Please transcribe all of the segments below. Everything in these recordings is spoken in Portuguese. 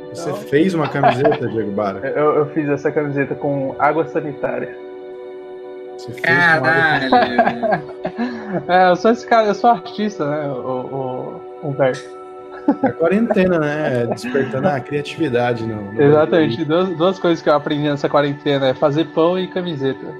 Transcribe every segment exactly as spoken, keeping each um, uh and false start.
Você então... fez uma camiseta, Diego Bara? Eu, eu fiz essa camiseta com água sanitária. Você fez Caralho! com água... é, eu sou esse cara, eu sou artista, né? O, o, o Humberto. É quarentena, né? Despertando a criatividade. No, no Exatamente. Duas, duas coisas que eu aprendi nessa quarentena é fazer pão e camiseta.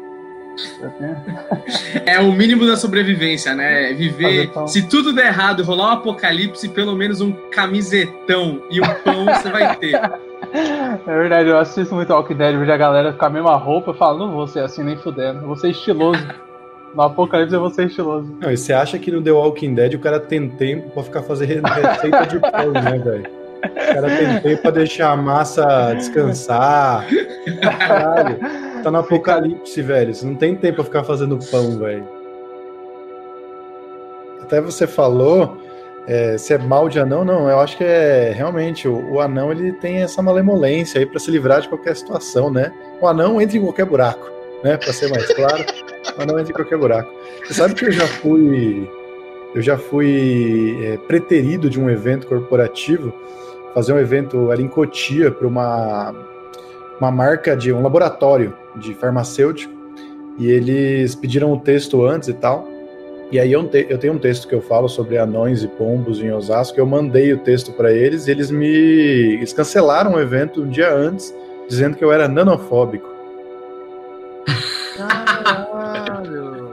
É o mínimo da sobrevivência, né? Viver. Se tudo der errado e rolar um apocalipse, pelo menos um camisetão e um pão você vai ter. É verdade, eu assisto muito Walking Dead, vejo a galera com a mesma roupa, eu falo, não vou ser assim nem fudendo, eu vou ser estiloso. No apocalipse eu vou ser estiloso. Não, e você acha que no The Walking Dead o cara tem tempo pra ficar fazendo receita de pão, né, velho? O cara tem tempo pra deixar a massa descansar. Caralho. Tá no apocalipse, velho. Você não tem tempo pra ficar fazendo pão, velho. Até você falou é, se é mal de anão, não. Eu acho que é realmente o, o anão ele tem essa malemolência aí pra se livrar de qualquer situação, né? O anão entra em qualquer buraco, né? Pra ser mais claro, o anão entra em qualquer buraco. Você sabe que eu já fui, eu já fui é, preterido de um evento corporativo, fazer um evento ali em Cotia para uma uma marca de um laboratório de farmacêutico, e eles pediram o texto antes e tal, e aí eu, te, eu tenho um texto que eu falo sobre anões e pombos em Osasco, eu mandei o texto para eles, e eles me eles cancelaram o evento um dia antes, dizendo que eu era nanofóbico. Caralho!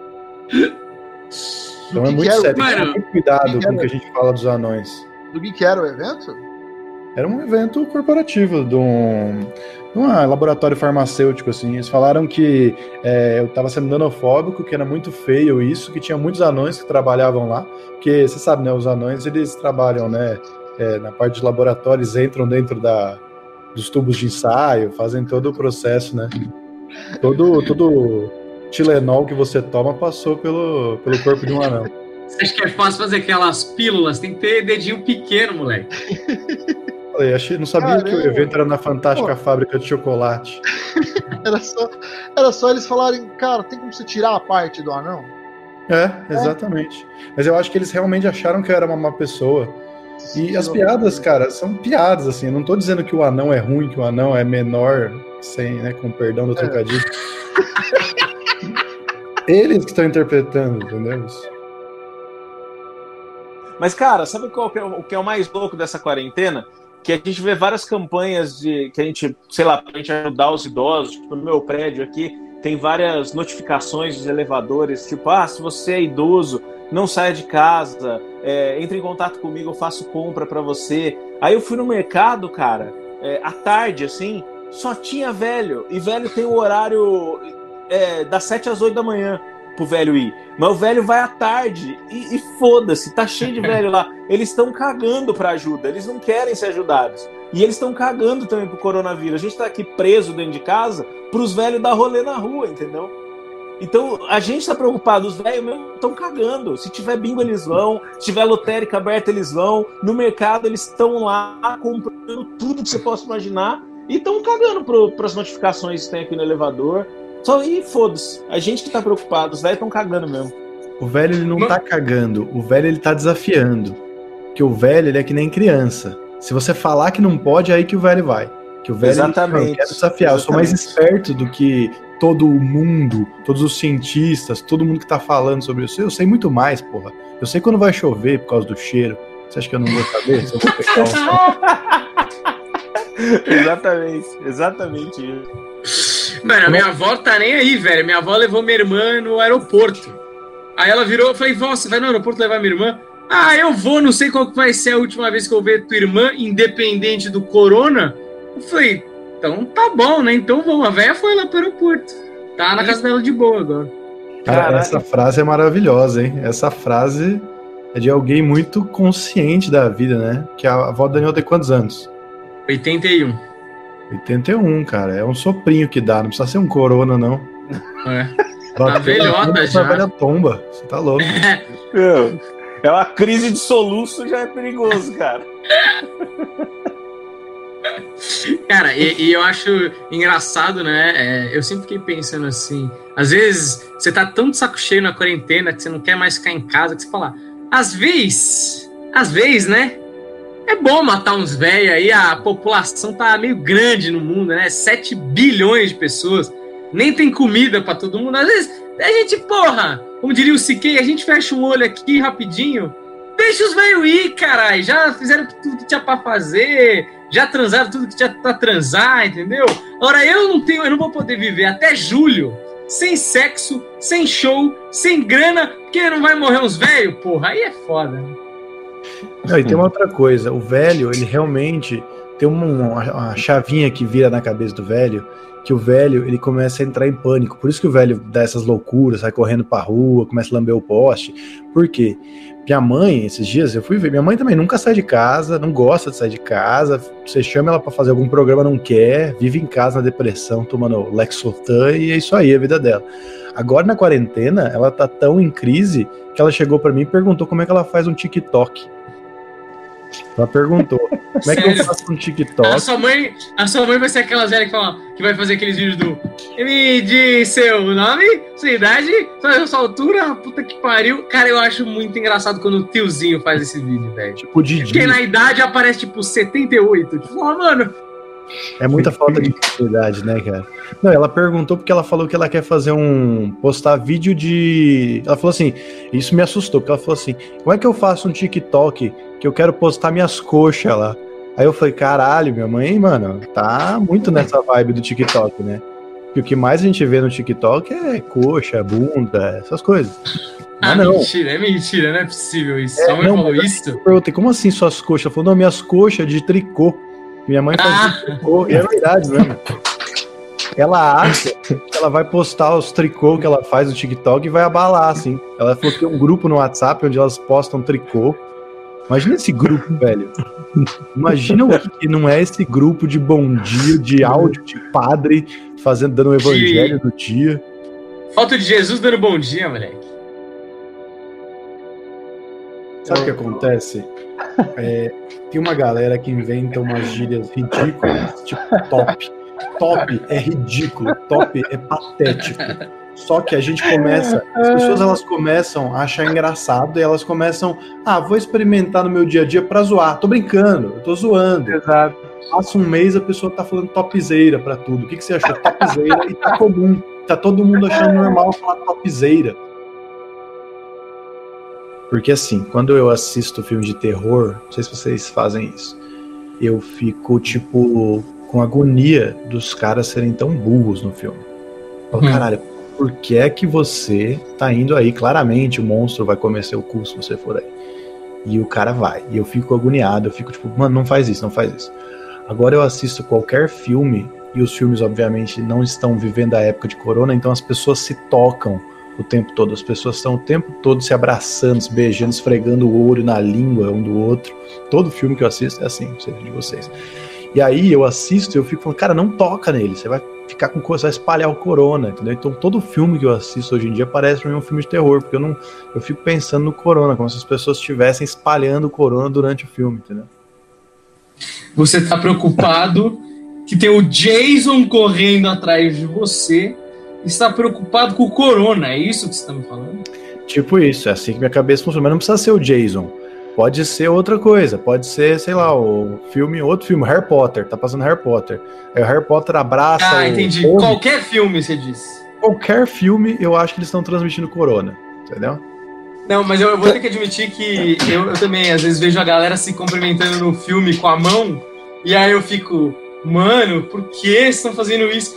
Então é muito sério, tem que ter muito cuidado com o que a gente fala dos anões. Do que que era o evento? Era um evento corporativo de um, de um laboratório farmacêutico, assim. Eles falaram que é, eu estava sendo nanofóbico, que era muito feio isso, que tinha muitos anões que trabalhavam lá, porque você sabe, né, os anões, eles trabalham, né, é, na parte de laboratórios, entram dentro da, dos tubos de ensaio, fazem todo o processo, né. Todo, todo Tilenol que você toma passou pelo, pelo corpo de um anão. Você acha que é fácil fazer aquelas pílulas? Tem que ter dedinho pequeno, moleque. Falei, achei, não sabia Caramba. que o evento era na fantástica Pô. fábrica de chocolate. Era só, era só eles falarem, cara, tem como você tirar a parte do anão? É, exatamente. É. Mas eu acho que eles realmente acharam que eu era uma má pessoa. E Sim, as piadas, cara, são piadas, assim. Eu não tô dizendo que o anão é ruim, que o anão é menor, sem, né, com perdão do é. trocadilho. Eles que estão interpretando, entendeu? Mas, cara, sabe qual que é o que é o mais louco dessa quarentena? Que a gente vê várias campanhas de que a gente, sei lá, pra gente ajudar os idosos. Tipo, no meu prédio aqui, tem várias notificações dos elevadores, tipo, ah, se você é idoso, não saia de casa, é, entre em contato comigo, eu faço compra pra você. Aí eu fui no mercado, cara, é, à tarde, assim, só tinha velho. E velho tem o horário é, das sete às oito da manhã. Pro velho ir, mas o velho vai à tarde e, e foda-se, tá cheio de velho lá. Eles estão cagando pra ajuda, eles não querem ser ajudados e eles estão cagando também pro coronavírus. A gente tá aqui preso dentro de casa pros velhos dar rolê na rua, entendeu? Então a gente tá preocupado, os velhos mesmo estão cagando. Se tiver bingo eles vão, se tiver lotérica aberta eles vão, no mercado eles estão lá comprando tudo que você possa imaginar e estão cagando pro, pras notificações que tem aqui no elevador. Só e foda-se. A gente que tá preocupado, os velhos estão cagando mesmo. O velho ele não, não tá cagando, o velho ele tá desafiando. Porque o velho ele é que nem criança. Se você falar que não pode, é aí que o velho vai. Que o velho Exatamente. Ele quer desafiar. Exatamente. Eu sou mais esperto do que todo o mundo, todos os cientistas, todo mundo que tá falando sobre isso. Eu sei muito mais, porra. Eu sei quando vai chover por causa do cheiro. Você acha que eu não vou saber? Se eu vou pegar um... exatamente, exatamente isso. Mano, a minha avó tá nem aí, velho. Minha avó levou minha irmã no aeroporto. Aí ela virou, eu falei, vó, você vai no aeroporto levar minha irmã? Ah, eu vou, não sei qual que vai ser a última vez que eu ver tua irmã, independente do corona. Eu falei, então tá bom, né? Então vamos. A velha foi lá pro aeroporto. Tá na casa dela de boa agora. Cara, Caraca. Essa frase é maravilhosa, hein? Essa frase é de alguém muito consciente da vida, né? Que a avó Daniel tem quantos anos? oitenta e um. oitenta e um, cara. É um soprinho que dá. Não precisa ser um corona, não. É. Tá velhota já. Velha tomba. Você tá louco. É uma crise de soluço, já é perigoso, cara. Cara, e, e eu acho engraçado, né? É, eu sempre fiquei pensando assim. Às vezes, você tá tão de saco cheio na quarentena que você não quer mais ficar em casa, que você fala, às vezes, às vezes, né? É bom matar uns velhos aí, a população tá meio grande no mundo, né? sete bilhões de pessoas, nem tem comida pra todo mundo. Às vezes, a gente, porra, como diria o Siquei, a gente fecha um olho aqui rapidinho, deixa os velhos ir, caralho. Já fizeram tudo que tinha pra fazer, já transaram tudo que tinha pra transar, entendeu? Agora eu não tenho, eu não vou poder viver até julho sem sexo, sem show, sem grana, porque não vai morrer uns velhos, porra. Aí é foda, né? Não, e tem uma outra coisa, o velho, ele realmente tem uma, uma chavinha que vira na cabeça do velho, que o velho, ele começa a entrar em pânico, por isso que o velho dá essas loucuras, sai correndo pra rua, começa a lamber o poste. Por quê? Minha mãe, esses dias, eu fui ver, minha mãe também nunca sai de casa, não gosta de sair de casa, você chama ela pra fazer algum programa, não quer, vive em casa na depressão, tomando Lexotan, e é isso aí, a vida dela. Agora na quarentena, ela tá tão em crise, que ela chegou pra mim e perguntou como é que ela faz um TikTok. Ela perguntou, como é que Sério? eu faço um TikTok? A sua mãe, a sua mãe vai ser aquela velha que fala, que vai fazer aqueles vídeos do me diz seu nome, sua idade, sua, sua altura, puta que pariu. Cara, eu acho muito engraçado quando o tiozinho faz esse vídeo, velho. Tipo, Didi. Porque na idade aparece tipo setenta e oito. Tipo, ó, mano. É muita falta de oportunidade, né, cara? Não, ela perguntou porque ela falou que ela quer fazer um... postar vídeo de... Ela falou assim, isso me assustou, porque ela falou assim, como é que eu faço um TikTok que eu quero postar minhas coxas lá? Aí eu falei, caralho, minha mãe, mano, tá muito nessa vibe do TikTok, né? Porque o que mais a gente vê no TikTok é coxa, bunda, essas coisas. Ah, Mas não. mentira, é mentira, não é possível isso. É, Sua mãe não, falou mas isso? Eu perguntei, como assim suas coxas? Ela falou, não, minhas coxas de tricô. Minha mãe faz Ah. de tricô, e é verdade mesmo. Ela acha que ela vai postar os tricô que ela faz no TikTok e vai abalar, assim. Ela falou que tem um grupo no WhatsApp onde elas postam tricô. Imagina esse grupo, velho. Imagina o que não é esse grupo de bom dia, de áudio de padre fazendo, dando o evangelho do dia. Foto de Jesus dando bom dia, moleque. Sabe o que acontece? É, tem uma galera que inventa umas gírias ridículas, tipo top. Top é ridículo, top é patético. Só que a gente começa, as pessoas elas começam a achar engraçado e elas começam, ah, vou experimentar no meu dia a dia pra zoar. Tô brincando, eu tô zoando. Exato. Passa um mês, a pessoa tá falando topzeira pra tudo. O que, que você achou? Topzeira e tá comum. Tá todo mundo achando normal falar topzeira. Porque assim, quando eu assisto filme de terror, não sei se vocês fazem isso, eu fico, tipo, com agonia dos caras serem tão burros no filme. Eu falo, Hum. caralho, por que é que você tá indo aí? Claramente o monstro vai comer seu cu se você for aí. E o cara vai. E eu fico agoniado, eu fico tipo, mano, não faz isso, não faz isso. Agora eu assisto qualquer filme, e os filmes obviamente não estão vivendo a época de corona, então as pessoas se tocam o tempo todo, as pessoas estão o tempo todo se abraçando, se beijando, esfregando o olho na língua um do outro. Todo filme que eu assisto é assim, não sei de vocês. E aí eu assisto e eu fico falando, cara, não toca nele, você vai ficar com coisa, vai espalhar o corona, entendeu? Então todo filme que eu assisto hoje em dia parece pra mim um filme de terror, porque eu não, eu fico pensando no corona, como se as pessoas estivessem espalhando o corona durante o filme, entendeu? Você tá preocupado que tem o Jason correndo atrás de você, está preocupado com o corona, é isso que você tá me falando? Tipo isso, é assim que minha cabeça funciona, mas não precisa ser o Jason. Pode ser outra coisa, pode ser, sei lá, o filme, outro filme, Harry Potter, tá passando Harry Potter. Aí o Harry Potter abraça. Ah, entendi. Homem. Qualquer filme, você disse. Qualquer filme, eu acho que eles estão transmitindo corona, entendeu? Não, mas eu, eu vou ter que admitir que eu, eu também, às vezes, vejo a galera se cumprimentando no filme com a mão, e aí eu fico, mano, por que vocês estão fazendo isso?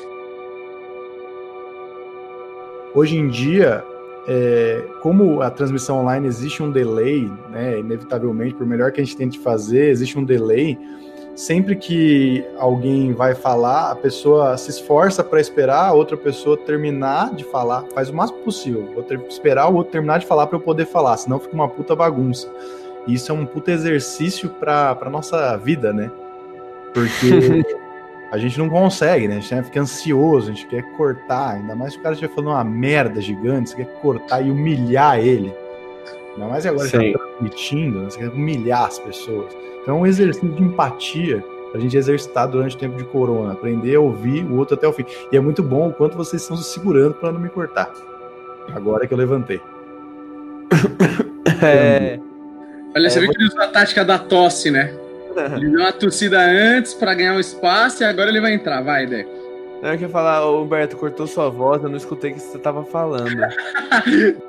Hoje em dia, é, como a transmissão online existe um delay, né, inevitavelmente, por melhor que a gente tente fazer, existe um delay. Sempre que alguém vai falar, a pessoa se esforça para esperar a outra pessoa terminar de falar, faz o máximo possível. Vou ter que esperar o outro terminar de falar para eu poder falar, senão fica uma puta bagunça. E isso é um puta exercício para para nossa vida, né? Porque a gente não consegue, né? A gente fica ansioso, a gente quer cortar, ainda mais se o cara estiver falando uma merda gigante, você quer cortar e humilhar ele. Ainda mais agora que você tá transmitindo, né? Você quer humilhar as pessoas. Então é um exercício de empatia pra gente exercitar durante o tempo de corona, aprender a ouvir o outro até o fim. E é muito bom o quanto vocês estão se segurando pra não me cortar. Agora que eu levantei. É... Olha, você viu que ele usou a tática da tosse, né? Ele deu uma tossida antes pra ganhar um espaço e agora ele vai entrar. Vai, Deco. Eu queria falar, ô, Humberto, cortou sua voz, eu não escutei o que você tava falando.